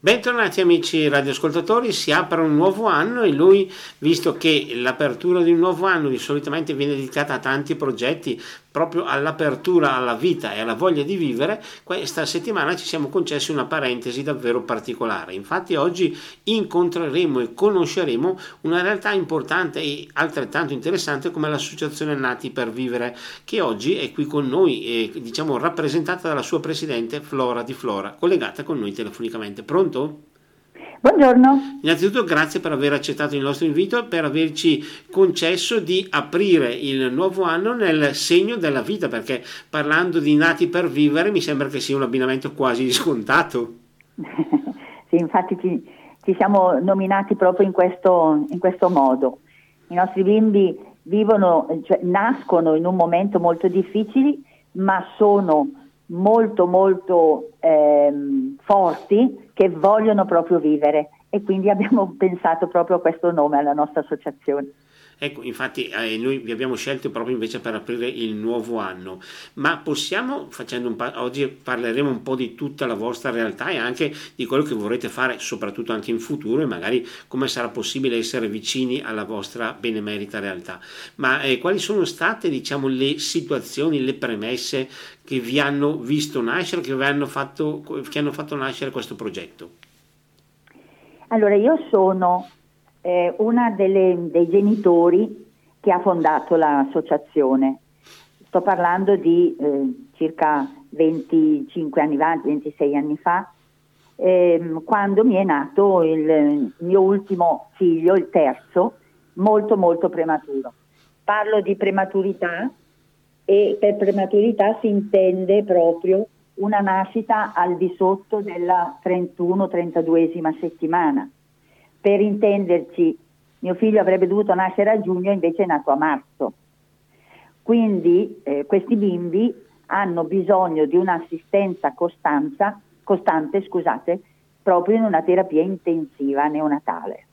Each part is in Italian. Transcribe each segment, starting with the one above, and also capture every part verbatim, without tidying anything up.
Bentornati amici radioascoltatori, si apre un nuovo anno e lui, visto che l'apertura di un nuovo anno di solitamente viene dedicata a tanti progetti, proprio all'apertura alla vita e alla voglia di vivere, questa settimana ci siamo concessi una parentesi davvero particolare. Infatti oggi incontreremo e conosceremo una realtà importante e altrettanto interessante come l'associazione Nati per Vivere, che oggi è qui con noi e diciamo rappresentata dalla sua presidente Flora Di Flora, collegata con noi telefonicamente. Pronto? Buongiorno. Innanzitutto grazie per aver accettato il nostro invito e per averci concesso di aprire il nuovo anno nel segno della vita, perché parlando di Nati per Vivere mi sembra che sia un abbinamento quasi scontato. Sì, infatti ci, ci siamo nominati proprio in questo, in questo modo. I nostri bimbi vivono, cioè, nascono in un momento molto difficile, ma sono molto molto ehm, forti, che vogliono proprio vivere, e quindi abbiamo pensato proprio a questo nome alla nostra associazione. Ecco, infatti eh, noi vi abbiamo scelto proprio invece per aprire il nuovo anno, ma possiamo, facendo un pa- oggi parleremo un po' di tutta la vostra realtà e anche di quello che vorrete fare, soprattutto anche in futuro, e magari come sarà possibile essere vicini alla vostra benemerita realtà. Ma eh, quali sono state, diciamo, le situazioni, le premesse che vi hanno visto nascere, che vi hanno fatto, che hanno fatto nascere questo progetto? Allora, io sono eh, una delle, dei genitori che ha fondato l'associazione. Sto parlando di eh, circa venticinque anni fa, ventisei anni fa, ehm, quando mi è nato il mio ultimo figlio, il terzo, molto molto prematuro. Parlo di prematurità, e per prematurità si intende proprio una nascita al di sotto della trentuno trentaduesima settimana. Per intenderci, mio figlio avrebbe dovuto nascere a giugno, invece è nato a marzo. Quindi eh, questi bimbi hanno bisogno di un'assistenza costanza, costante, scusate, proprio in una terapia intensiva neonatale.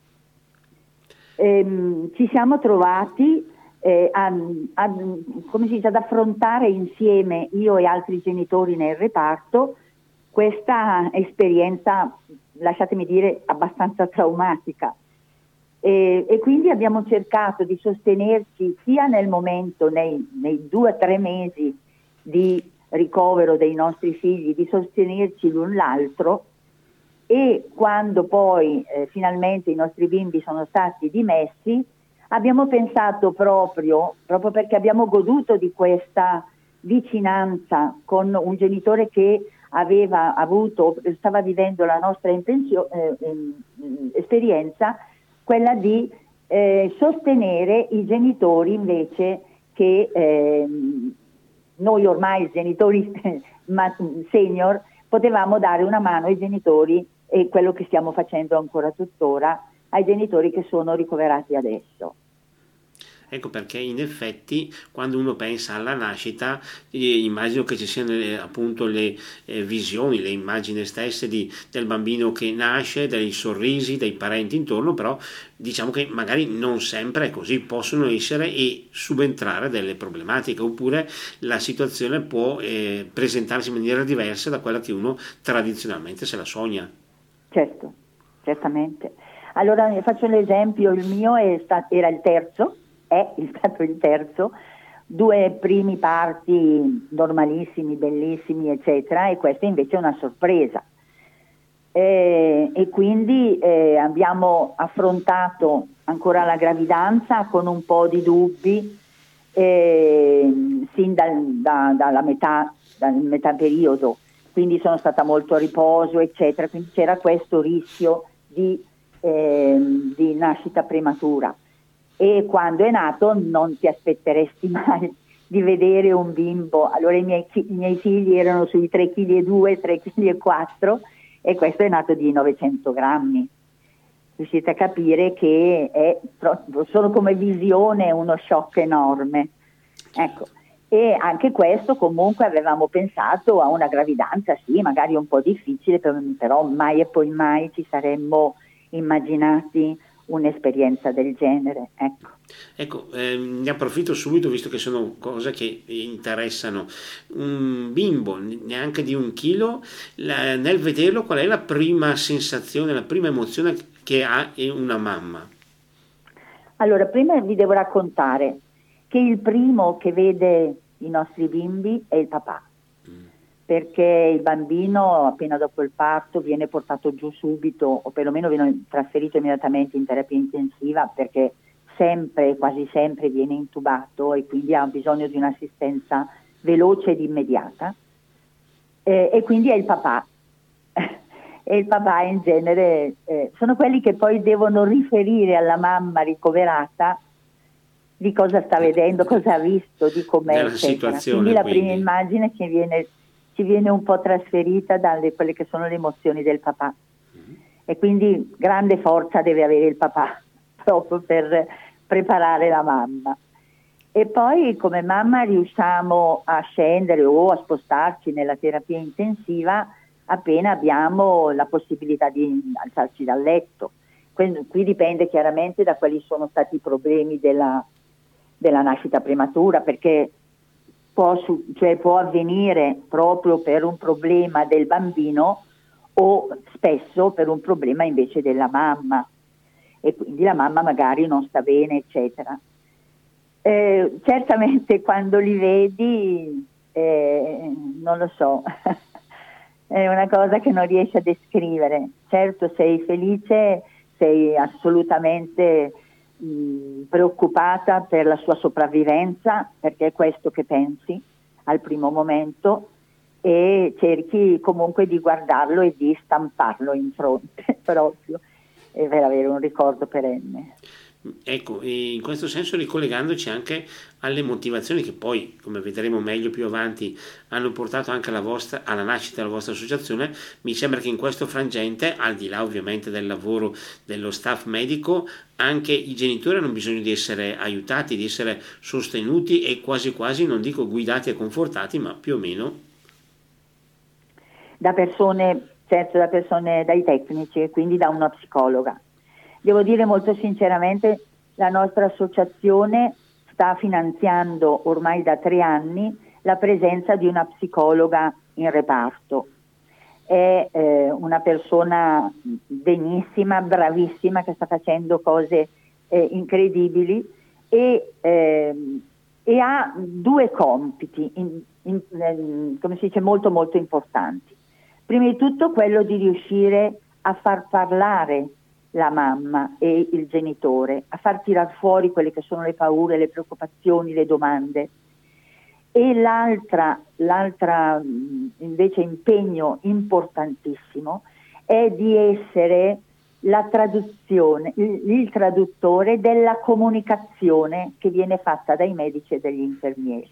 Ehm, ci siamo trovati Eh, a, a, come si dice, ad affrontare insieme, io e altri genitori nel reparto, questa esperienza, lasciatemi dire, abbastanza traumatica, e, e quindi abbiamo cercato di sostenerci sia nel momento, nei, nei due o tre mesi di ricovero dei nostri figli, di sostenerci l'un l'altro, e quando poi eh, finalmente i nostri bimbi sono stati dimessi, abbiamo pensato proprio, proprio perché abbiamo goduto di questa vicinanza con un genitore che aveva avuto, stava vivendo la nostra intenzio, eh, eh, esperienza, quella di eh, sostenere i genitori invece che eh, noi ormai genitori senior potevamo dare una mano ai genitori, e quello che stiamo facendo ancora tuttora ai genitori che sono ricoverati adesso. Ecco perché in effetti quando uno pensa alla nascita eh, immagino che ci siano eh, appunto le eh, visioni, le immagini stesse di, del bambino che nasce, dei sorrisi, dei parenti intorno, però diciamo che magari non sempre è così, possono essere e subentrare delle problematiche, oppure la situazione può eh, presentarsi in maniera diversa da quella che uno tradizionalmente se la sogna. Certo, certamente. Allora faccio l'esempio, il mio è stato, era il terzo, è stato il terzo, due primi parti normalissimi, bellissimi, eccetera, e questa invece è una sorpresa. E, e quindi eh, abbiamo affrontato ancora la gravidanza con un po' di dubbi, eh, sin dal, da, dalla metà, dal metà periodo, quindi sono stata molto a riposo, eccetera, quindi c'era questo rischio di, eh, di nascita prematura. E quando è nato non ti aspetteresti mai di vedere un bimbo. Allora i miei, i miei figli erano sui tre virgola due chili, tre virgola quattro chili, e questo è nato di novecento grammi. Riuscite a capire che è solo come visione uno shock enorme. Ecco. E anche questo comunque avevamo pensato a una gravidanza, sì, magari un po' difficile, però mai e poi mai ci saremmo immaginati un'esperienza del genere. Ecco, ecco eh, ne approfitto subito, visto che sono cose che interessano. Un bimbo neanche di un chilo, la, nel vederlo, qual è la prima sensazione, la prima emozione che ha una mamma? Allora, prima vi devo raccontare che il primo che vede i nostri bimbi è il papà, mm. perché il bambino appena dopo il parto viene portato giù subito, o perlomeno viene trasferito immediatamente in terapia intensiva, perché sempre, quasi sempre viene intubato e quindi ha bisogno di un'assistenza veloce ed immediata, eh, e quindi è il papà. E il papà in genere eh, sono quelli che poi devono riferire alla mamma ricoverata di cosa sta vedendo, cosa ha visto, di com'è, eccetera. Quindi la quindi. prima immagine ci viene, ci viene un po' trasferita dalle quelle che sono le emozioni del papà, mm-hmm. e quindi grande forza deve avere il papà proprio per preparare la mamma. E poi come mamma riusciamo a scendere o a spostarci nella terapia intensiva appena abbiamo la possibilità di alzarci dal letto. Quindi, qui dipende chiaramente da quali sono stati i problemi della, della nascita prematura, perché può, cioè può avvenire proprio per un problema del bambino o spesso per un problema invece della mamma, e quindi la mamma magari non sta bene, eccetera. Eh, certamente quando li vedi, eh, non lo so, è una cosa che non riesci a descrivere. Certo, sei felice, sei assolutamente mh, preoccupata per la sua sopravvivenza, perché è questo che pensi al primo momento, e cerchi comunque di guardarlo e di stamparlo in fronte proprio, e per avere un ricordo perenne. Ecco, in questo senso, ricollegandoci anche alle motivazioni che poi, come vedremo meglio più avanti, hanno portato anche alla, vostra, alla nascita della vostra associazione, mi sembra che in questo frangente, al di là ovviamente del lavoro dello staff medico, anche i genitori hanno bisogno di essere aiutati, di essere sostenuti e quasi quasi, non dico guidati e confortati, ma più o meno da persone, certo, da persone, dai tecnici e quindi da una psicologa. Devo dire molto sinceramente, la nostra associazione sta finanziando ormai da tre anni la presenza di una psicologa in reparto. È eh, una persona benissima, bravissima, che sta facendo cose eh, incredibili e, eh, e ha due compiti, in, in, in, come si dice, molto molto importanti. Prima di tutto quello di riuscire a far parlare la mamma e il genitore, a far tirar fuori quelle che sono le paure, le preoccupazioni, le domande. E l'altra, l'altra invece impegno importantissimo è di essere la traduzione, il, il traduttore della comunicazione che viene fatta dai medici e dagli infermieri.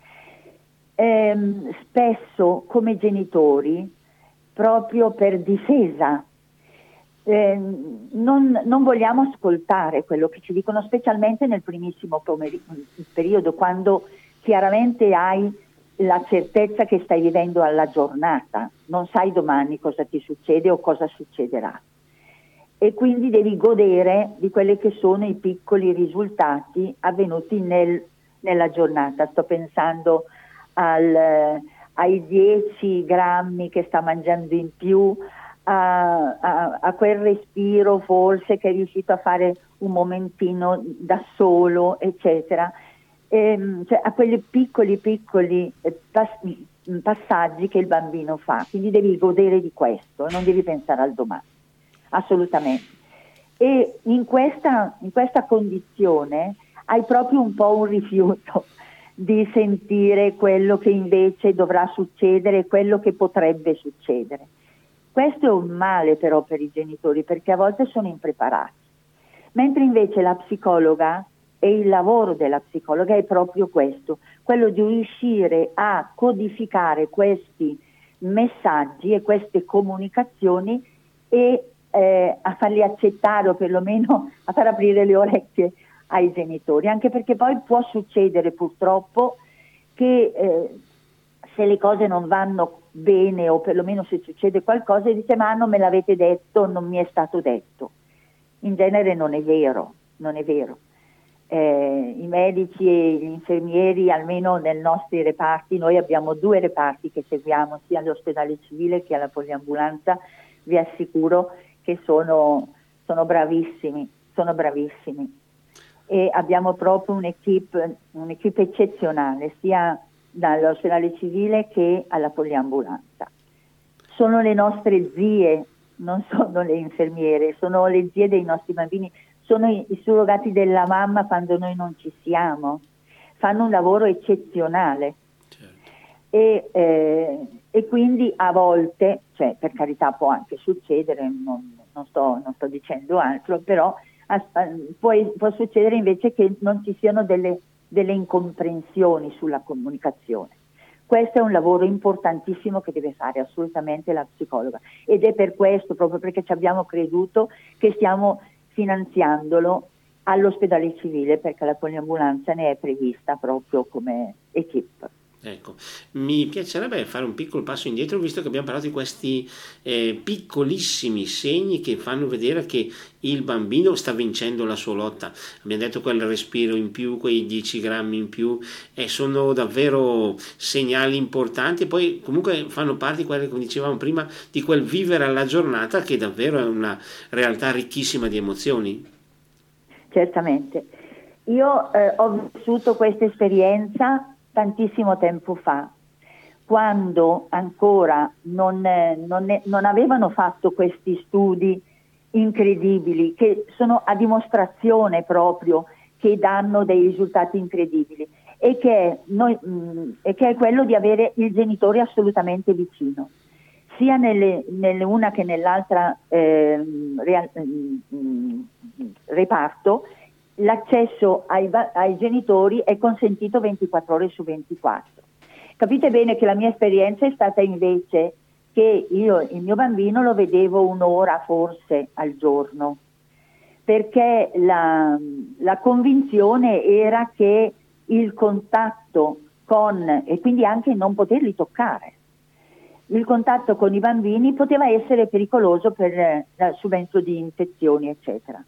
Ehm, spesso come genitori, proprio per difesa, Eh, non, non vogliamo ascoltare quello che ci dicono, specialmente nel primissimo pomeri- periodo, quando chiaramente hai la certezza che stai vivendo alla giornata, non sai domani cosa ti succede o cosa succederà, e quindi devi godere di quelli che sono i piccoli risultati avvenuti nel, nella giornata. Sto pensando al, ai dieci grammi che sta mangiando in più, A, a, a quel respiro forse che è riuscito a fare un momentino da solo, eccetera, e, cioè, a quei piccoli piccoli pass- passaggi che il bambino fa. Quindi devi godere di questo, non devi pensare al domani, assolutamente. E in questa, in questa condizione hai proprio un po' un rifiuto di sentire quello che invece dovrà succedere, quello che potrebbe succedere. Questo è un male però per i genitori, perché a volte sono impreparati, mentre invece la psicologa e il lavoro della psicologa è proprio questo, quello di riuscire a codificare questi messaggi e queste comunicazioni e eh, a farli accettare, o perlomeno a far aprire le orecchie ai genitori, anche perché poi può succedere purtroppo che eh, se le cose non vanno bene, o perlomeno se succede qualcosa, e dice: ma non me l'avete detto, non mi è stato detto. In genere non è vero, non è vero. Eh, I medici e gli infermieri, almeno nei nostri reparti, noi abbiamo due reparti che seguiamo, sia all'ospedale civile che alla poliambulanza, vi assicuro che sono, sono bravissimi, sono bravissimi. E abbiamo proprio un'equipe, un'equipe eccezionale, sia dall'ospedale civile che alla poliambulanza. Sono le nostre zie, non sono le infermiere, sono le zie dei nostri bambini, sono i, i surrogati della mamma quando noi non ci siamo, fanno un lavoro eccezionale. Certo. E, eh, e quindi a volte, cioè per carità può anche succedere, non, non, sto, non sto dicendo altro, però a, a, può, può succedere invece che non ci siano delle, delle incomprensioni sulla comunicazione. Questo è un lavoro importantissimo che deve fare assolutamente la psicologa, ed è per questo, proprio perché ci abbiamo creduto, che stiamo finanziandolo all'ospedale civile, perché la poliambulanza ne è prevista proprio come equip. Ecco, mi piacerebbe fare un piccolo passo indietro, visto che abbiamo parlato di questi eh, piccolissimi segni che fanno vedere che il bambino sta vincendo la sua lotta. Abbiamo detto quel respiro in più, quei dieci grammi in più, e sono davvero segnali importanti, e poi comunque fanno parte di quello, come dicevamo prima, di quel vivere alla giornata, che davvero è una realtà ricchissima di emozioni. Certamente. Io eh, ho vissuto questa esperienza tantissimo tempo fa, quando ancora non, eh, non, ne, non avevano fatto questi studi incredibili, che sono a dimostrazione proprio che danno dei risultati incredibili, e che è, noi, mh, e che è quello di avere il genitore assolutamente vicino, sia nelle, nelle una che nell'altra eh, real, mh, reparto. L'accesso ai, ai genitori è consentito ventiquattro ore su ventiquattro. Capite bene che la mia esperienza è stata invece che io il mio bambino lo vedevo un'ora forse al giorno, perché la, la convinzione era che il contatto con, e quindi anche non poterli toccare, il contatto con i bambini poteva essere pericoloso per il subentro di infezioni, eccetera.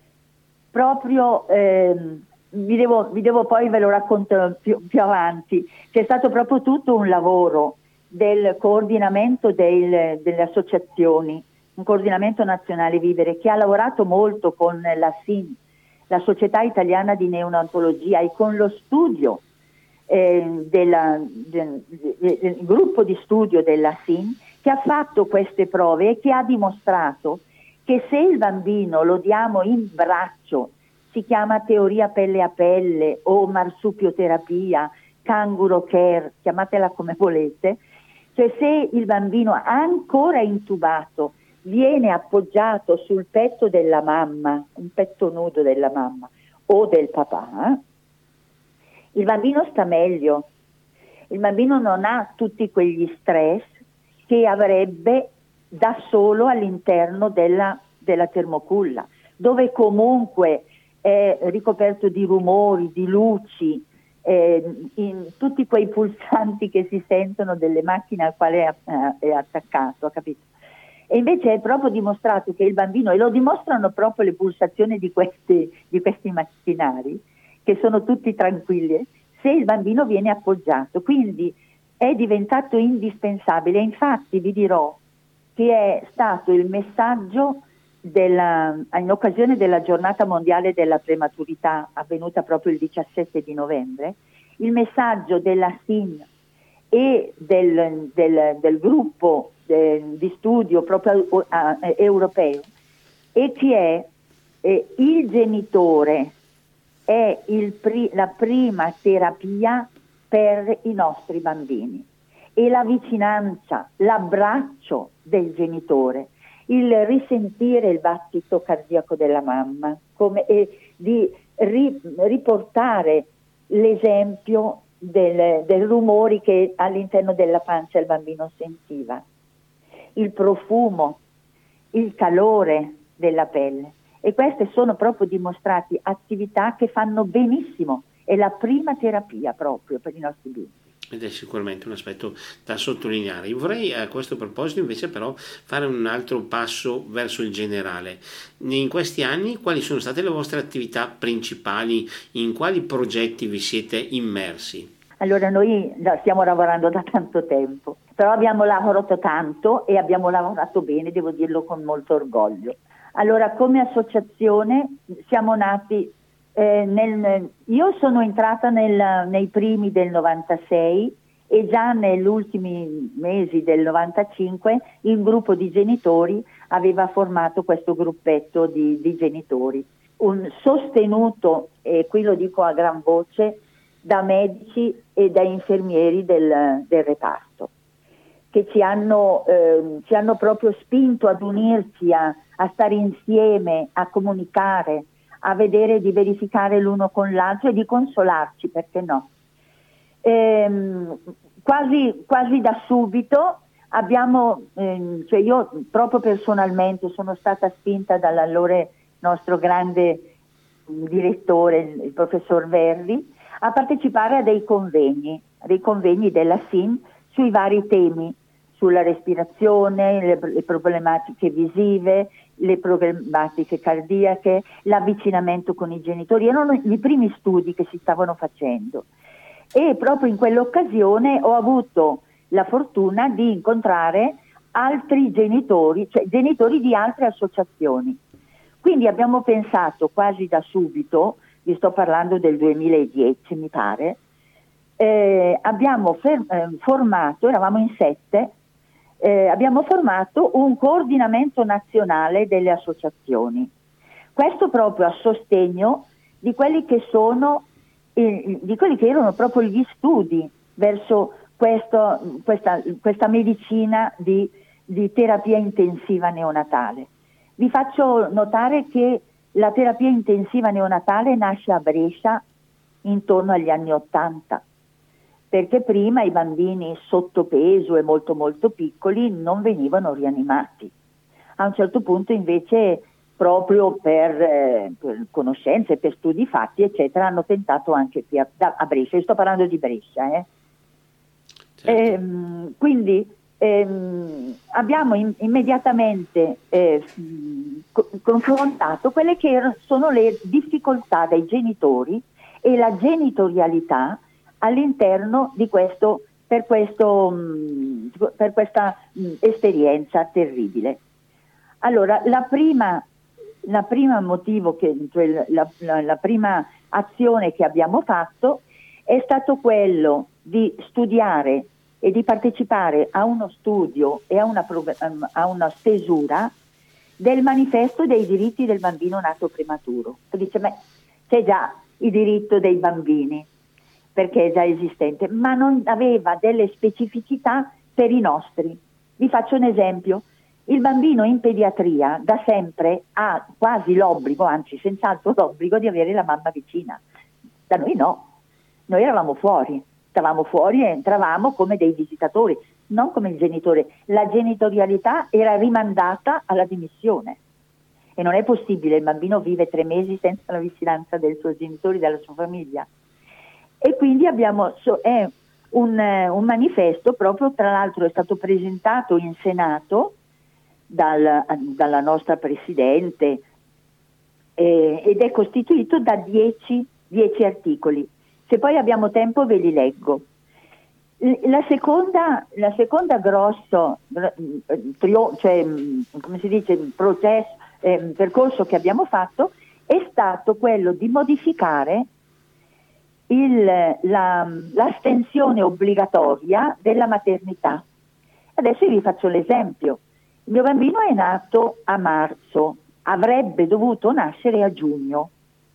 Proprio eh, vi, devo, vi devo poi ve lo racconto più, più avanti, c'è stato proprio tutto un lavoro del coordinamento del, delle associazioni, un coordinamento nazionale Vivere, che ha lavorato molto con la S I N, la Società Italiana di Neonatologia, e con lo studio eh, della, del, del, del gruppo di studio della S I N, che ha fatto queste prove e che ha dimostrato che se il bambino lo diamo in braccio, si chiama teoria pelle a pelle o marsupioterapia, canguro care, chiamatela come volete, cioè se il bambino ancora intubato viene appoggiato sul petto della mamma, un petto nudo della mamma o del papà, il bambino sta meglio, il bambino non ha tutti quegli stress che avrebbe da solo all'interno della, della termoculla, dove comunque è ricoperto di rumori, di luci, eh, in tutti quei pulsanti che si sentono delle macchine al quale è, è attaccato, capito? E invece è proprio dimostrato che il bambino, e lo dimostrano proprio le pulsazioni di questi, di questi macchinari, che sono tutti tranquilli, se il bambino viene appoggiato. Quindi è diventato indispensabile. Infatti vi dirò che è stato il messaggio della, in occasione della giornata mondiale della prematurità, avvenuta proprio il diciassette di novembre, il messaggio della S I N e del, del, del gruppo eh, di studio proprio eh, europeo, e che è eh, il genitore è il pri- la prima terapia per i nostri bambini, e la vicinanza, l'abbraccio del genitore, il risentire il battito cardiaco della mamma, come, e di ri- riportare l'esempio del, del rumori che all'interno della pancia il bambino sentiva, il profumo, il calore della pelle. E queste sono proprio dimostrate attività che fanno benissimo, è la prima terapia proprio per i nostri bimbi. ed è sicuramente un aspetto da sottolineare. Io vorrei a questo proposito invece però fare un altro passo verso il generale. In questi anni quali sono state le vostre attività principali, in quali progetti vi siete immersi? Allora noi stiamo lavorando da tanto tempo, però abbiamo lavorato tanto e abbiamo lavorato bene, devo dirlo con molto orgoglio. Allora come associazione siamo nati Eh, nel, io sono entrata nel, nei primi del novantasei e già negli ultimi mesi del novantacinque il gruppo di genitori aveva formato questo gruppetto di, di genitori, un sostenuto, e qui lo dico a gran voce, da medici e da infermieri del, del reparto, che ci hanno, eh, ci hanno proprio spinto ad unirci, a, a stare insieme, a comunicare, a vedere di verificare l'uno con l'altro e di consolarci, perché no. Ehm, quasi, quasi da subito abbiamo, ehm, cioè io proprio personalmente sono stata spinta dall'allora nostro grande direttore, il professor Verri, a partecipare a dei convegni, a dei convegni della S I M sui vari temi, sulla respirazione, le, le problematiche visive, le problematiche cardiache, l'avvicinamento con i genitori. Erano i primi studi che si stavano facendo e proprio in quell'occasione ho avuto la fortuna di incontrare altri genitori, cioè genitori di altre associazioni. Quindi abbiamo pensato quasi da subito, vi sto parlando del duemiladieci mi pare, eh, abbiamo fer- eh, formato, eravamo in sette, Eh, abbiamo formato un coordinamento nazionale delle associazioni, questo proprio a sostegno di quelli che sono eh, di quelli che erano proprio gli studi verso questo, questa, questa medicina di, di terapia intensiva neonatale. Vi faccio notare che la terapia intensiva neonatale nasce a Brescia intorno agli anni ottanta, perché prima i bambini sottopeso e molto molto piccoli non venivano rianimati. A un certo punto invece proprio per, eh, per conoscenze, per studi fatti eccetera hanno tentato anche qui a, a Brescia, io sto parlando di Brescia. Eh. Certo. Ehm, quindi ehm, abbiamo in, immediatamente eh, co- confrontato quelle che er- sono le difficoltà dei genitori e la genitorialità all'interno di questo, per, questo, mh, per questa mh, esperienza terribile. Allora, la prima, la prima motivo che, cioè la, la, la prima azione che abbiamo fatto è stato quello di studiare e di partecipare a uno studio e a una, a una stesura del manifesto dei diritti del bambino nato prematuro. Dice, ma c'è già il diritto dei bambini, perché è già esistente, ma non aveva delle specificità per i nostri. Vi faccio un esempio. Il bambino in pediatria da sempre ha quasi l'obbligo, anzi senz'altro l'obbligo di avere la mamma vicina. Da noi no, noi eravamo fuori, stavamo fuori e entravamo come dei visitatori, non come il genitore. La genitorialità era rimandata alla dimissione e non è possibile, il bambino vive tre mesi senza la vicinanza dei suoi genitori, della sua famiglia. E quindi abbiamo, è un, un manifesto, proprio tra l'altro è stato presentato in Senato dal, dalla nostra Presidente eh, ed è costituito da dieci, dieci articoli. Se poi abbiamo tempo ve li leggo. La seconda, la seconda grosso, trio, cioè, come si dice, processo, eh, percorso che abbiamo fatto è stato quello di modificare Il, la, l'astensione obbligatoria della maternità. Adesso vi faccio l'esempio. Il mio bambino è nato a marzo, avrebbe dovuto nascere a giugno.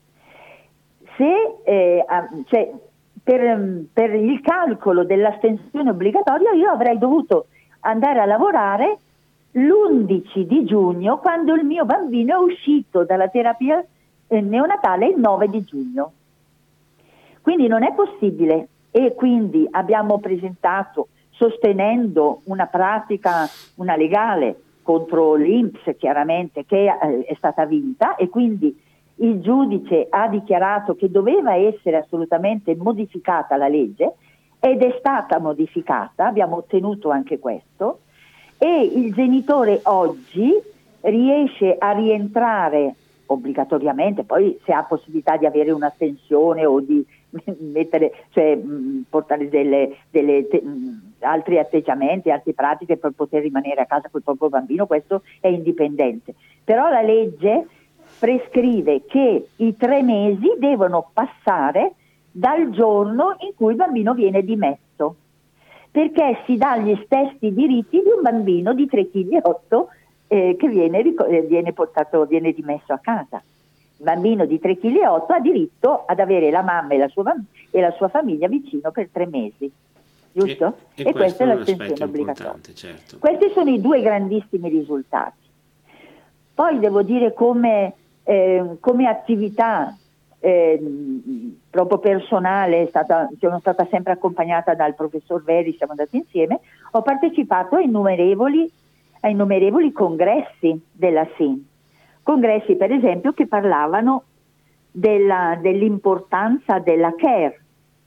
Se, eh, cioè, per, per il calcolo dell'astensione obbligatoria io avrei dovuto andare a lavorare l'undici di giugno, quando il mio bambino è uscito dalla terapia eh, neonatale il nove di giugno. Quindi non è possibile, e quindi abbiamo presentato, sostenendo una pratica, una legale contro l'I N P S chiaramente, che eh, è stata vinta, e quindi il giudice ha dichiarato che doveva essere assolutamente modificata la legge, ed è stata modificata, abbiamo ottenuto anche questo, e il genitore oggi riesce a rientrare obbligatoriamente, poi se ha possibilità di avere un'astensione o di mettere, cioè mh, portare delle, delle te, mh, altri atteggiamenti, altre pratiche per poter rimanere a casa col proprio bambino, questo è indipendente. Però la legge prescrive che i tre mesi devono passare dal giorno in cui il bambino viene dimesso, perché si dà gli stessi diritti di un bambino di tre virgola otto chili eh, che viene, viene portato, viene dimesso a casa. Il bambino di tre virgola otto chili ha diritto ad avere la mamma e la sua, e la sua famiglia vicino per tre mesi, giusto? E, e, e questa è è l'astensione obbligatoria. Certo. Questi sono i due grandissimi risultati. Poi devo dire come, eh, come attività eh, proprio personale, è stata, sono stata sempre accompagnata dal professor Veri, siamo andati insieme, ho partecipato a innumerevoli, a innumerevoli congressi della S I N. Congressi per esempio che parlavano della, dell'importanza della care,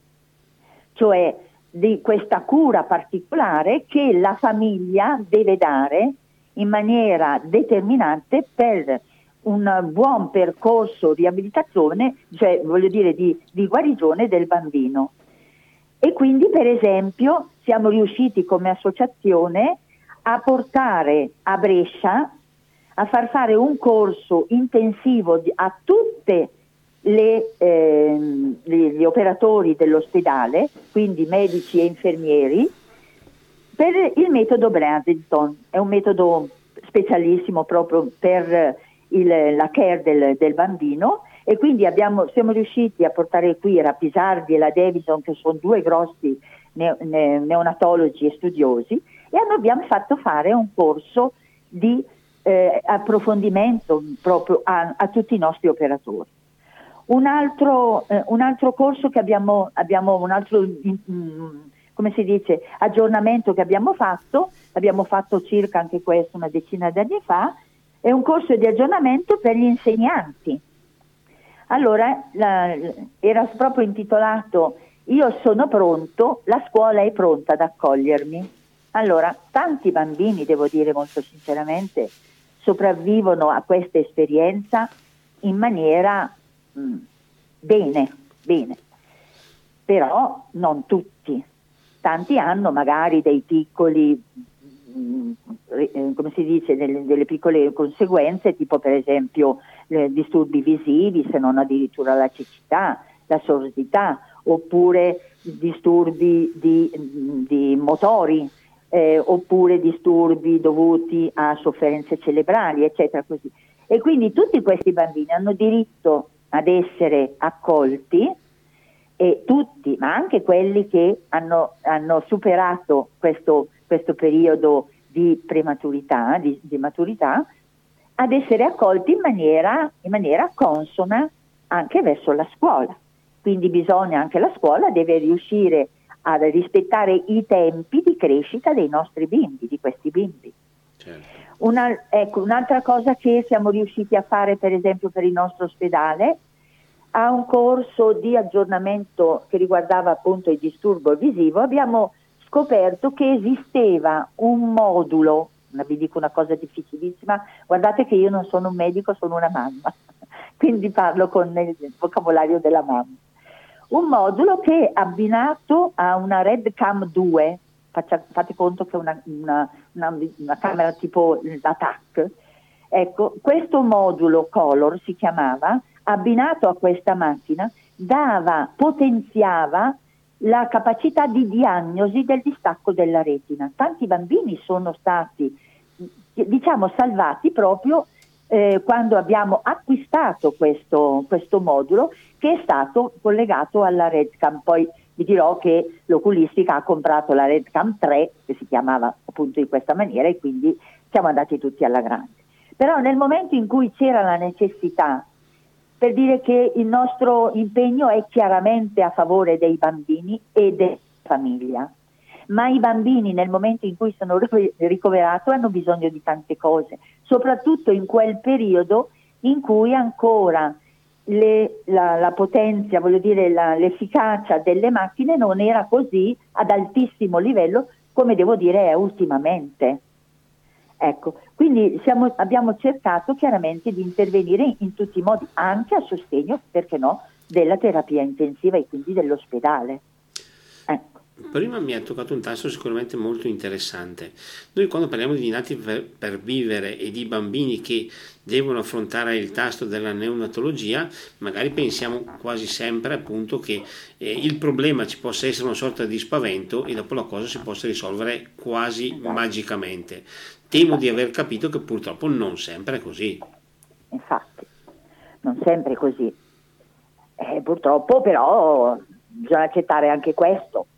cioè di questa cura particolare che la famiglia deve dare in maniera determinante per un buon percorso di riabilitazione, cioè voglio dire di, di guarigione del bambino. E quindi per esempio siamo riusciti come associazione a portare a Brescia, a far fare un corso intensivo di, a tutte le, eh, gli, gli operatori dell'ospedale, quindi medici e infermieri, per il metodo Bradington. È un metodo specialissimo proprio per il, la care del, del bambino, e quindi abbiamo, siamo riusciti a portare qui Rapisardi e la Davison, che sono due grossi ne, ne, neonatologi e studiosi, e abbiamo fatto fare un corso di eh, approfondimento proprio a, a tutti i nostri operatori. Un altro, eh, un altro corso che abbiamo, abbiamo un altro mm, come si dice, aggiornamento che abbiamo fatto, abbiamo fatto circa anche questo una decina di anni fa, è un corso di aggiornamento per gli insegnanti. Allora la, era proprio intitolato "Io sono pronto, la scuola è pronta ad accogliermi". Allora, tanti bambini, devo dire molto sinceramente, sopravvivono a questa esperienza in maniera mh, bene, bene, però non tutti. Tanti hanno magari dei piccoli, mh, eh, come si dice, delle, delle piccole conseguenze, tipo per esempio eh, disturbi visivi, se non addirittura la cecità, la sordità, oppure disturbi di, di motori, eh, oppure disturbi dovuti a sofferenze cerebrali, eccetera, così. E quindi tutti questi bambini hanno diritto ad essere accolti, e tutti, ma anche quelli che hanno, hanno superato questo, questo periodo di prematurità, di, di maturità, ad essere accolti in maniera, in maniera consona anche verso la scuola. Quindi bisogna, anche la scuola deve riuscire a rispettare i tempi di crescita dei nostri bimbi, di questi bimbi. Certo. Una, ecco, un'altra cosa che siamo riusciti a fare per esempio per il nostro ospedale, a un corso di aggiornamento che riguardava appunto il disturbo visivo, abbiamo scoperto che esisteva un modulo, vi dico una cosa difficilissima, guardate che io non sono un medico, sono una mamma, quindi parlo con il vocabolario della mamma. Un modulo che è abbinato a una RedCam due, faccia, fate conto che è una, una, una, una camera tipo la T A C, ecco, questo modulo Color si chiamava, abbinato a questa macchina, dava, potenziava la capacità di diagnosi del distacco della retina. Tanti bambini sono stati, diciamo, salvati proprio eh, quando abbiamo acquistato questo, questo modulo, che è stato collegato alla RedCam. Poi vi dirò che l'oculistica ha comprato la RedCam tre, che si chiamava appunto in questa maniera, e quindi siamo andati tutti alla grande. Però nel momento in cui c'era la necessità, per dire che il nostro impegno è chiaramente a favore dei bambini e della famiglia, ma i bambini nel momento in cui sono ricoverati hanno bisogno di tante cose, soprattutto in quel periodo in cui ancora le, la, la potenza, voglio dire la, l'efficacia delle macchine non era così ad altissimo livello come devo dire è ultimamente. Ecco, quindi siamo, abbiamo cercato chiaramente di intervenire in tutti i modi, anche a sostegno, perché no, della terapia intensiva e quindi dell'ospedale. Ecco. Prima mi ha toccato un tasto sicuramente molto interessante. Noi quando parliamo di nati per, per vivere e di bambini che devono affrontare il tasto della neonatologia, magari pensiamo quasi sempre appunto che eh, il problema ci possa essere una sorta di spavento e dopo la cosa si possa risolvere quasi Esatto. magicamente. Temo di aver capito che purtroppo non sempre è così. Infatti, non sempre è così. Eh, purtroppo però bisogna accettare anche questo.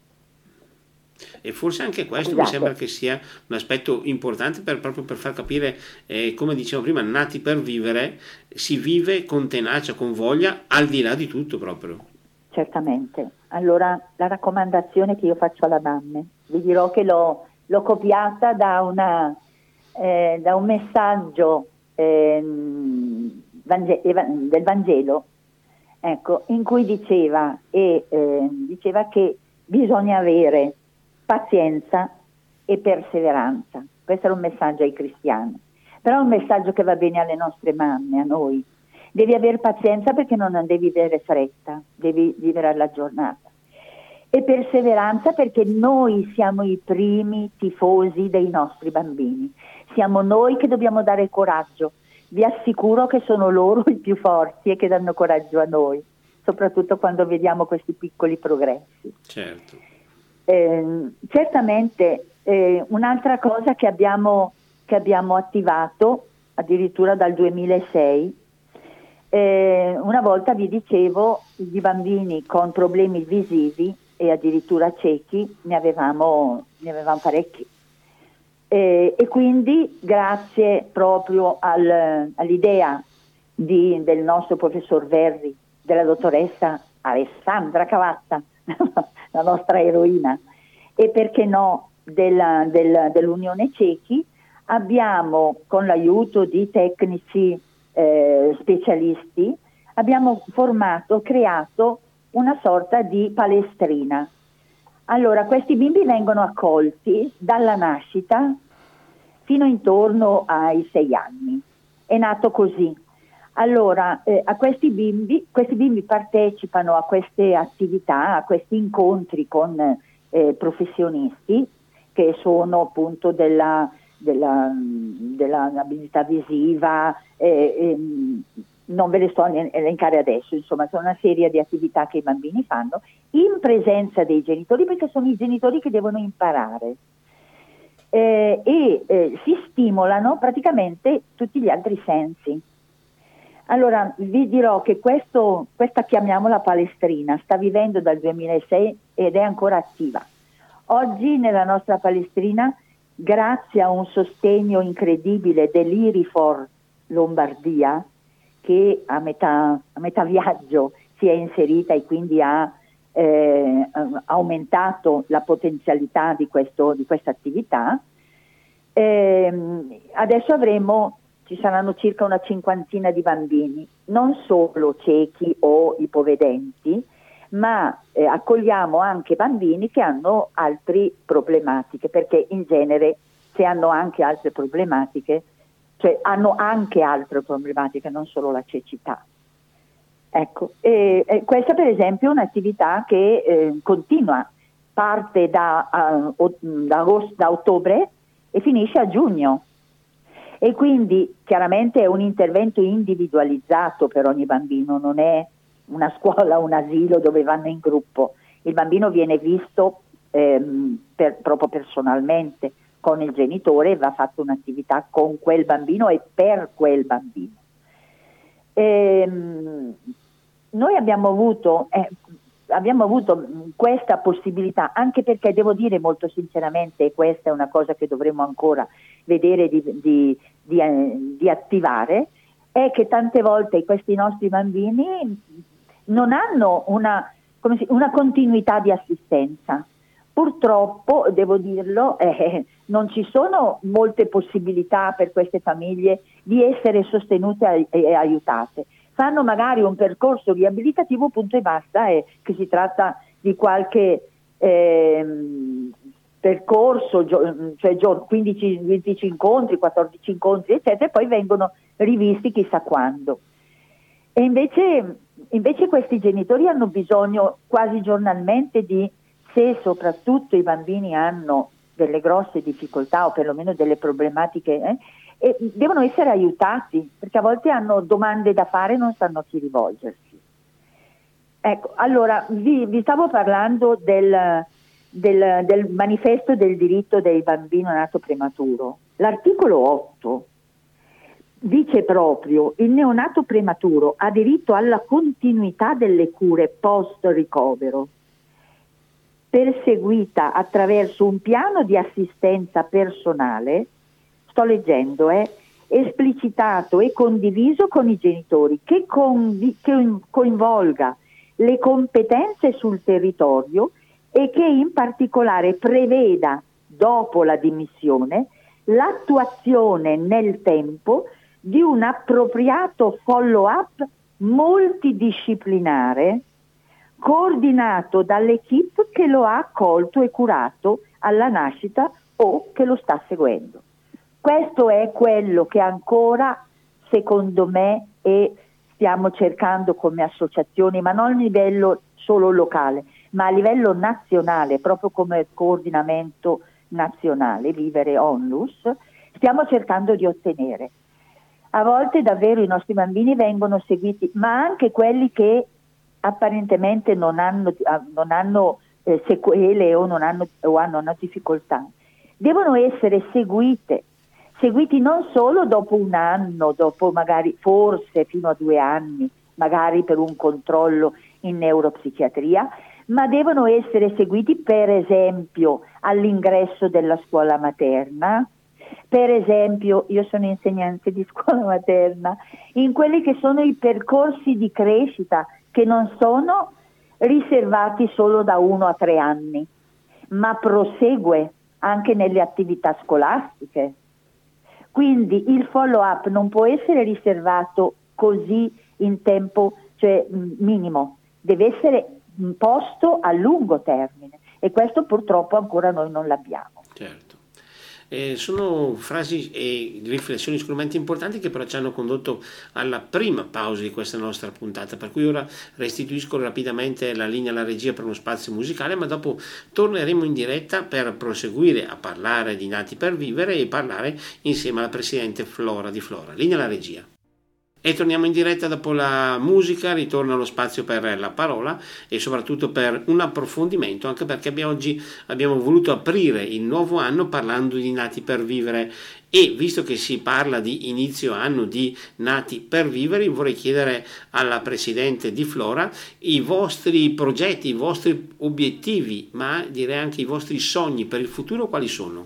E forse anche questo Scusate. mi sembra che sia un aspetto importante per, proprio per far capire, eh, come dicevo prima, nati per vivere, si vive con tenacia, con voglia, al di là di tutto proprio. Certamente. Allora la raccomandazione che io faccio alla mamma, vi dirò che l'ho, l'ho copiata da, una, eh, da un messaggio eh, Vange- del Vangelo, ecco, in cui diceva, e, eh, diceva che bisogna avere pazienza e perseveranza. Questo era un messaggio ai cristiani, però è un messaggio che va bene alle nostre mamme, a noi. Devi avere pazienza perché non devi avere fretta, devi vivere alla giornata. E perseveranza perché noi siamo i primi tifosi dei nostri bambini. Siamo noi che dobbiamo dare coraggio. Vi assicuro che sono loro i più forti e che danno coraggio a noi, soprattutto quando vediamo questi piccoli progressi. Certo. Eh, certamente eh, un'altra cosa che abbiamo, che abbiamo attivato addirittura dal duemilasei, eh, una volta vi dicevo di bambini con problemi visivi e addirittura ciechi ne avevamo, ne avevamo parecchi. Eh, e quindi grazie proprio al, all'idea di, del nostro professor Verri, della dottoressa Alessandra Cavatta, la nostra eroina, e perché no della, della, dell'Unione Cechi, abbiamo con l'aiuto di tecnici eh, specialisti, abbiamo formato, creato una sorta di palestrina. Allora, questi bimbi vengono accolti dalla nascita fino intorno ai sei anni. È nato così. Allora, eh, a questi bimbi, questi bimbi partecipano a queste attività, a questi incontri con eh, professionisti che sono appunto della, della, dell'abilità visiva, eh, eh, non ve le sto a elencare adesso, insomma, sono una serie di attività che i bambini fanno in presenza dei genitori, perché sono i genitori che devono imparare. Eh, e eh, si stimolano praticamente tutti gli altri sensi. Allora vi dirò che questo, questa chiamiamola palestrina, sta vivendo dal duemilasei ed è ancora attiva. Oggi nella nostra palestrina, grazie a un sostegno incredibile dell'Irifor Lombardia, che a metà, a metà viaggio si è inserita e quindi ha eh, aumentato la potenzialità di, questo, di questa attività, eh, adesso avremo, ci saranno circa una cinquantina di bambini, non solo ciechi o ipovedenti, ma eh, accogliamo anche bambini che hanno altre problematiche, perché in genere se hanno anche altre problematiche, cioè hanno anche altre problematiche, non solo la cecità. Ecco, e, e questa per esempio è un'attività che eh, continua, parte da, uh, da, agosto, da ottobre e finisce a giugno. E quindi chiaramente è un intervento individualizzato per ogni bambino, non è una scuola, un asilo dove vanno in gruppo. Il bambino viene visto ehm, per, proprio personalmente con il genitore, va fatta un'attività con quel bambino e per quel bambino. Ehm, noi abbiamo avuto, eh, abbiamo avuto questa possibilità, anche perché devo dire molto sinceramente, e questa è una cosa che dovremo ancora vedere di, di, di, eh, di attivare, è che tante volte questi nostri bambini non hanno una, come si, una continuità di assistenza. Purtroppo, devo dirlo, eh, non ci sono molte possibilità per queste famiglie di essere sostenute e aiutate. fanno magari un percorso riabilitativo, punto e basta, e che si tratta di qualche ehm, percorso, cioè quindici quindici incontri, quattordici incontri, eccetera, e poi vengono rivisti chissà quando. E invece, invece questi genitori hanno bisogno quasi giornalmente di, se soprattutto i bambini hanno delle grosse difficoltà o perlomeno delle problematiche, eh, e devono essere aiutati, perché a volte hanno domande da fare e non sanno a chi rivolgersi. Ecco, allora vi, vi stavo parlando del, del, del manifesto del diritto del bambino nato prematuro. L'articolo otto dice proprio: il neonato prematuro ha diritto alla continuità delle cure post ricovero, perseguita attraverso un piano di assistenza personale, sto leggendo, eh, esplicitato e condiviso con i genitori, che, convi- che coinvolga le competenze sul territorio e che in particolare preveda, dopo la dimissione, l'attuazione nel tempo di un appropriato follow-up multidisciplinare coordinato dall'equipe che lo ha accolto e curato alla nascita o che lo sta seguendo. Questo è quello che ancora, secondo me, e stiamo cercando come associazioni, ma non a livello solo locale, ma a livello nazionale, proprio come coordinamento nazionale, Vivere Onlus, stiamo cercando di ottenere. A volte davvero i nostri bambini vengono seguiti, ma anche quelli che apparentemente non hanno, non hanno eh, sequele o, non hanno, o hanno una difficoltà, devono essere seguite, seguiti non solo dopo un anno, dopo magari forse fino a due anni, magari per un controllo in neuropsichiatria, ma devono essere seguiti per esempio all'ingresso della scuola materna. Per esempio, io sono insegnante di scuola materna, in quelli che sono i percorsi di crescita che non sono riservati solo da uno a tre anni, ma prosegue anche nelle attività scolastiche. Quindi il follow-up non può essere riservato così in tempo, cioè minimo, deve essere posto a lungo termine, e questo purtroppo ancora noi non l'abbiamo. Certo. Eh, sono frasi e riflessioni sicuramente importanti, che però ci hanno condotto alla prima pausa di questa nostra puntata, per cui ora restituisco rapidamente la linea alla regia per uno spazio musicale, ma dopo torneremo in diretta per proseguire a parlare di Nati per Vivere e parlare insieme alla presidente Flora di Flora. Linea alla regia. E torniamo in diretta dopo la musica, ritorna lo spazio per la parola e soprattutto per un approfondimento, anche perché abbiamo, oggi abbiamo voluto aprire il nuovo anno parlando di Nati per Vivere, e visto che si parla di inizio anno di Nati per Vivere, vorrei chiedere alla presidente di Flora i vostri progetti, i vostri obiettivi, ma direi anche i vostri sogni per il futuro, quali sono?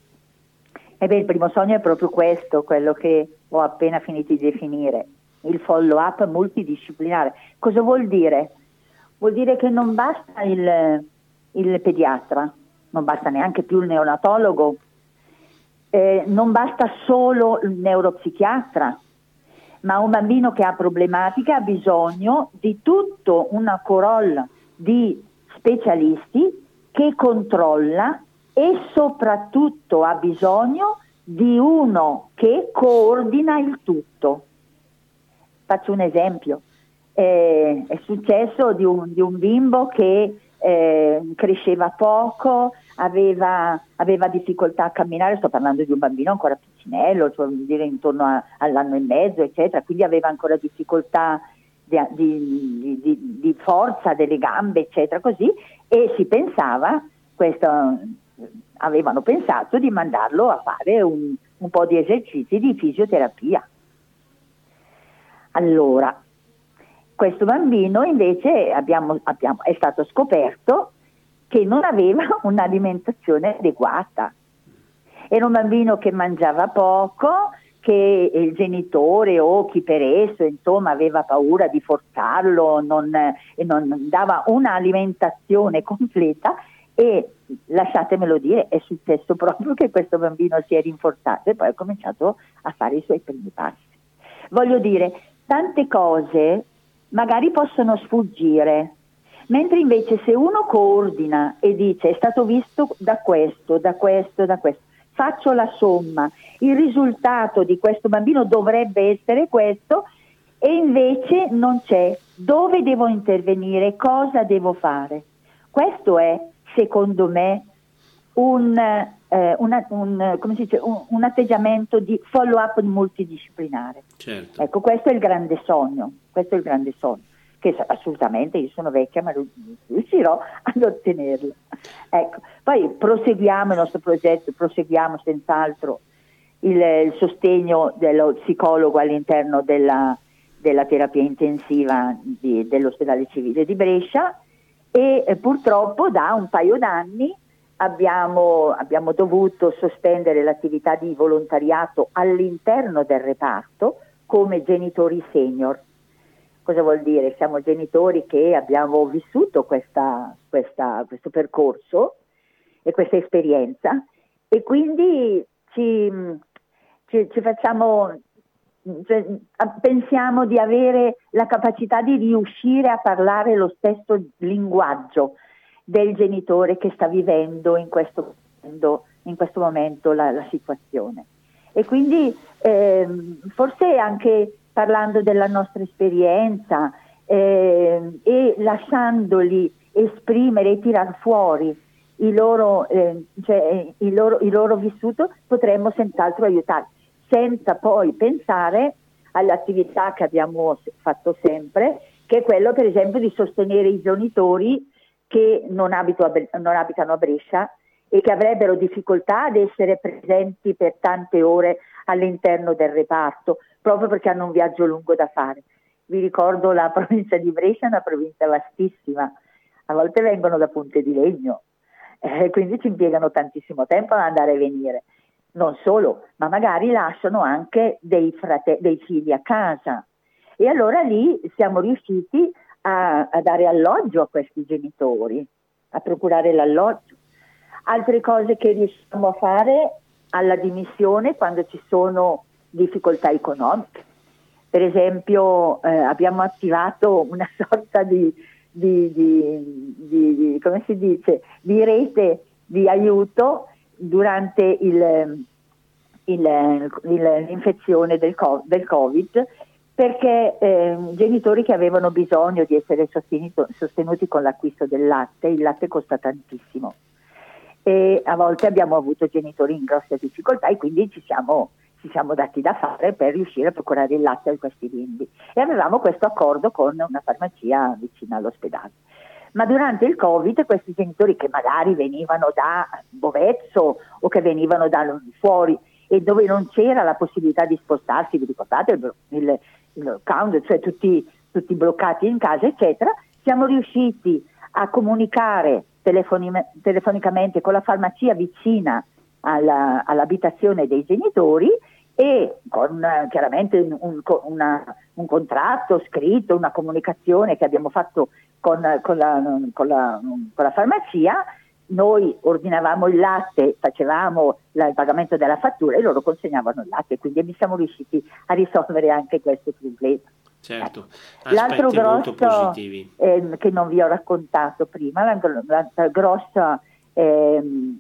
Eh beh, il primo sogno è proprio questo, quello che ho appena finito di definire, il follow-up multidisciplinare. Cosa vuol dire? Vuol dire che non basta il, il pediatra, non basta neanche più il neonatologo, eh, non basta solo il neuropsichiatra, ma un bambino che ha problematiche ha bisogno di tutto una corolla di specialisti che controlla, e soprattutto ha bisogno di uno che coordina il tutto. Faccio un esempio. Eh, è successo di un, di un bimbo che eh, cresceva poco, aveva, aveva difficoltà a camminare, sto parlando di un bambino ancora piccinello, cioè vuol dire intorno a, all'anno e mezzo, eccetera, quindi aveva ancora difficoltà di, di, di, di forza delle gambe, eccetera, così, e si pensava, questo... avevano pensato di mandarlo a fare un, un po' di esercizi di fisioterapia. Allora, questo bambino invece abbiamo, abbiamo, è stato scoperto che non aveva un'alimentazione adeguata. Era un bambino che mangiava poco, che il genitore o chi per esso, insomma, aveva paura di forzarlo, non, e non dava un'alimentazione completa. E lasciatemelo dire, è successo proprio che questo bambino si è rinforzato e poi ha cominciato a fare i suoi primi passi. Voglio dire, tante cose magari possono sfuggire, mentre invece se uno coordina e dice è stato visto da questo, da questo, da questo, faccio la somma, il risultato di questo bambino dovrebbe essere questo e invece non c'è, dove devo intervenire, cosa devo fare? Questo è, secondo me, un, eh, una, un, come si dice, un, un atteggiamento di follow-up multidisciplinare. Certo. Ecco, questo è il grande sogno, questo è il grande sogno, che assolutamente io sono vecchia ma riuscirò ad ottenerlo. Ecco, poi proseguiamo il nostro progetto, proseguiamo senz'altro il, il sostegno dello psicologo all'interno della, della terapia intensiva di, dell'ospedale civile di Brescia e eh, purtroppo da un paio d'anni abbiamo, abbiamo dovuto sospendere l'attività di volontariato all'interno del reparto come genitori senior. Cosa vuol dire? Siamo genitori che abbiamo vissuto questa, questa, questo percorso e questa esperienza e quindi ci, ci, ci facciamo, cioè, pensiamo di avere la capacità di riuscire a parlare lo stesso linguaggio del genitore che sta vivendo in questo momento, in questo momento la, la situazione. E quindi eh, forse anche parlando della nostra esperienza eh, e lasciandoli esprimere e tirar fuori il loro, eh, cioè, il loro, il loro vissuto, potremmo senz'altro aiutare, senza poi pensare all'attività che abbiamo fatto sempre, che è quello per esempio di sostenere i genitori che non, abito a, non abitano a Brescia e che avrebbero difficoltà ad essere presenti per tante ore all'interno del reparto, proprio perché hanno un viaggio lungo da fare. Vi ricordo la provincia di Brescia è una provincia vastissima, a volte vengono da Punte di Legno, eh, quindi ci impiegano tantissimo tempo ad andare e venire. Non solo, ma magari lasciano anche dei, frate- dei figli a casa. E allora lì siamo riusciti a, a dare alloggio a questi genitori, a procurare l'alloggio. Altre cose che riusciamo a fare alla dimissione quando ci sono difficoltà economiche. Per esempio eh, abbiamo attivato una sorta di, di, di, di, di, come si dice, di rete di aiuto durante il, il, il, l'infezione del, del Covid, perché eh, genitori che avevano bisogno di essere sostenuti, sostenuti con l'acquisto del latte, il latte costa tantissimo. E a volte abbiamo avuto genitori in grosse difficoltà e quindi ci siamo, ci siamo dati da fare per riuscire a procurare il latte a questi bimbi e avevamo questo accordo con una farmacia vicina all'ospedale. Ma durante il Covid questi genitori che magari venivano da Bovezzo o che venivano da fuori e dove non c'era la possibilità di spostarsi, vi ricordate il, il, il lockdown, cioè tutti, tutti bloccati in casa eccetera, siamo riusciti a comunicare telefoni, telefonicamente con la farmacia vicina alla, all'abitazione dei genitori e con uh, chiaramente un, un, una, un contratto scritto, una comunicazione che abbiamo fatto con, con, la, con, la, con la farmacia. Noi ordinavamo il latte, facevamo la, il pagamento della fattura e loro consegnavano il latte, quindi siamo riusciti a risolvere anche questo problema. Certo, l'altro aspetti molto grosso positivi. Eh, che non vi ho raccontato prima, l'altro grosso eh,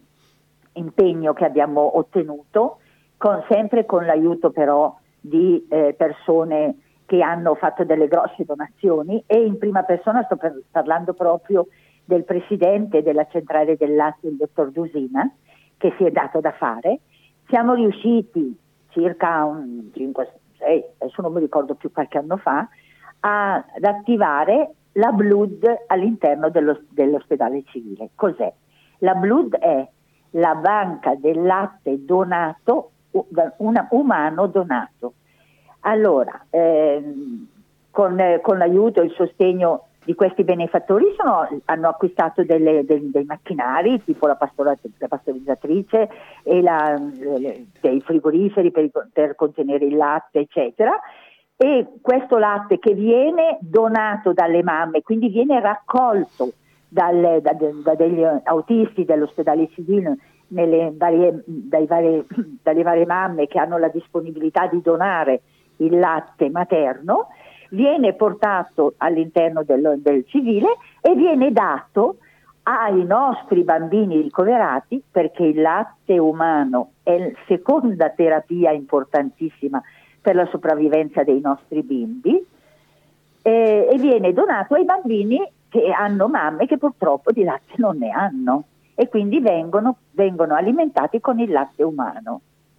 impegno che abbiamo ottenuto, con, sempre con l'aiuto però di eh, persone che hanno fatto delle grosse donazioni e in prima persona sto per, parlando proprio del presidente della centrale del latte, il dottor Dusina, che si è dato da fare. Siamo riusciti circa un cinque sei, adesso non mi ricordo più, qualche anno fa, a, ad attivare la Blood all'interno dello, dell'ospedale civile. Cos'è? La Blood è la banca del latte donato, una, umano donato. Allora, ehm, con, eh, con l'aiuto e il sostegno di questi benefattori sono, hanno acquistato delle, dei, dei macchinari tipo la, pastora, la pastorizzatrice e la, le, dei frigoriferi per, per contenere il latte eccetera, e questo latte che viene donato dalle mamme, quindi viene raccolto dalle, da, da degli autisti dell'ospedale civile nelle varie, dai varie, dalle varie mamme che hanno la disponibilità di donare il latte materno, viene portato all'interno del, del civile e viene dato ai nostri bambini ricoverati, perché il latte umano è la seconda terapia importantissima per la sopravvivenza dei nostri bimbi, eh, e viene donato ai bambini che hanno mamme che purtroppo di latte non ne hanno e quindi vengono, vengono alimentati con il latte umano.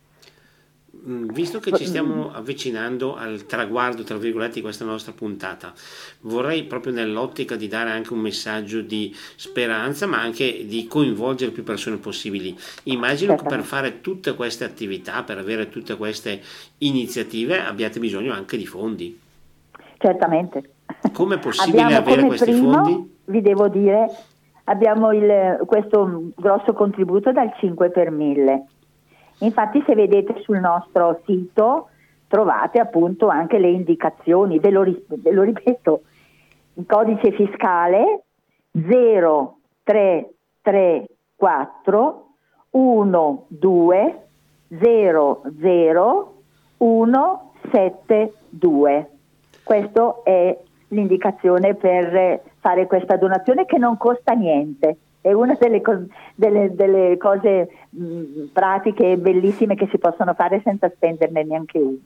Visto che ci stiamo avvicinando al traguardo, tra virgolette, di questa nostra puntata, vorrei proprio nell'ottica di dare anche un messaggio di speranza, ma anche di coinvolgere più persone possibili. Immagino che per fare tutte queste attività, per avere tutte queste iniziative, abbiate bisogno anche di fondi. Certamente. Come è possibile abbiamo avere come questi primo, fondi? Vi devo dire, abbiamo il, questo grosso contributo dal cinque per mille. Infatti, se vedete sul nostro sito trovate appunto anche le indicazioni, ve lo, ve lo ripeto, il codice fiscale zero tre tre quattro uno due zero zero uno sette due. Questa è l'indicazione per fare questa donazione, che non costa niente. È una delle, co- delle, delle cose mh, pratiche e bellissime che si possono fare senza spenderne neanche uno.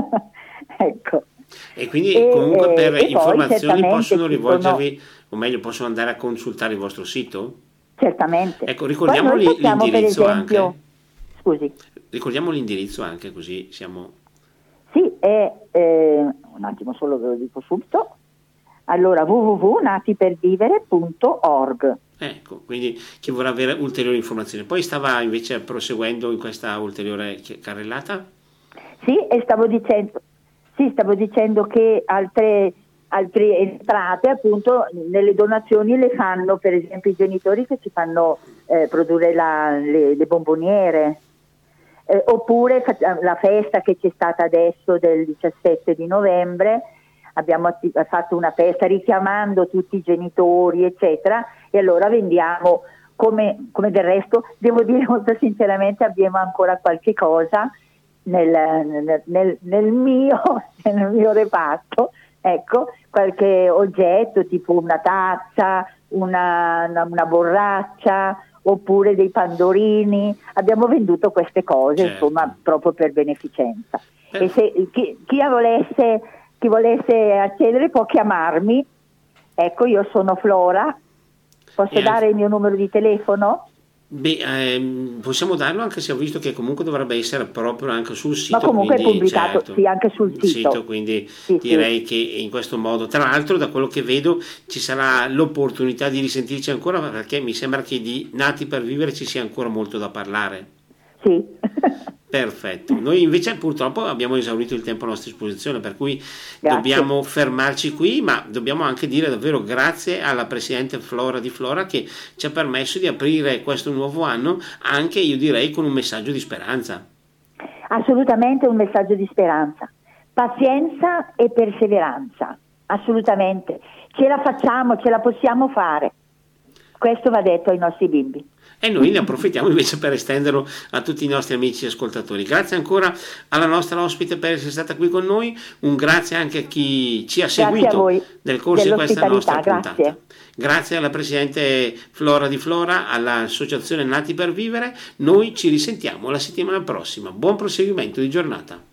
Ecco. E quindi E, comunque per e informazioni poi, possono rivolgervi, sono... o meglio possono andare a consultare il vostro sito? Certamente. Ecco, ricordiamo Poi noi facciamo, l'indirizzo per esempio, anche. Scusi. Ricordiamo l'indirizzo anche, così siamo... Sì, è, eh, un attimo solo ve lo dico subito. Allora, w w w punto natipervivere punto org. Ecco, quindi chi vorrà avere ulteriori informazioni. Poi stava invece proseguendo in questa ulteriore carrellata? Sì, e stavo dicendo, sì, stavo dicendo che altre, altre entrate appunto nelle donazioni le fanno per esempio i genitori che ci fanno eh, produrre la, le, le bomboniere, eh, oppure la festa che c'è stata adesso del diciassette di novembre. Abbiamo fatto una festa richiamando tutti i genitori, eccetera, e allora vendiamo, come, come del resto, devo dire molto sinceramente, abbiamo ancora qualche cosa nel, nel, nel, nel, mio, nel mio reparto, ecco, qualche oggetto tipo una tazza, una, una, una borraccia, oppure dei pandorini. Abbiamo venduto queste cose, certo, insomma, proprio per beneficenza. Eh. E se chi, chi volesse... Chi volesse accedere può chiamarmi, ecco, io sono Flora, posso e dare anche il mio numero di telefono? Beh, ehm, possiamo darlo, anche se ho visto che comunque dovrebbe essere proprio anche sul sito. Ma comunque quindi, è pubblicato, certo, sì, anche sul sito. sito quindi sì, direi sì. che in questo modo, tra l'altro da quello che vedo ci sarà l'opportunità di risentirci ancora, perché mi sembra che di Nati per Vivere ci sia ancora molto da parlare. Sì. Perfetto, noi invece purtroppo abbiamo esaurito il tempo a nostra disposizione, per cui grazie. Dobbiamo fermarci qui, ma dobbiamo anche dire davvero grazie alla Presidente Flora di Flora che ci ha permesso di aprire questo nuovo anno, anche io direi con un messaggio di speranza. Assolutamente un messaggio di speranza, pazienza e perseveranza, assolutamente, ce la facciamo, ce la possiamo fare, questo va detto ai nostri bimbi. E noi ne approfittiamo invece per estenderlo a tutti i nostri amici ascoltatori. Grazie ancora alla nostra ospite per essere stata qui con noi, un grazie anche a chi ci ha seguito nel corso di questa nostra puntata. Grazie. Grazie alla Presidente Flora di Flora, all'Associazione Nati per Vivere. Noi ci risentiamo la settimana prossima. Buon proseguimento di giornata.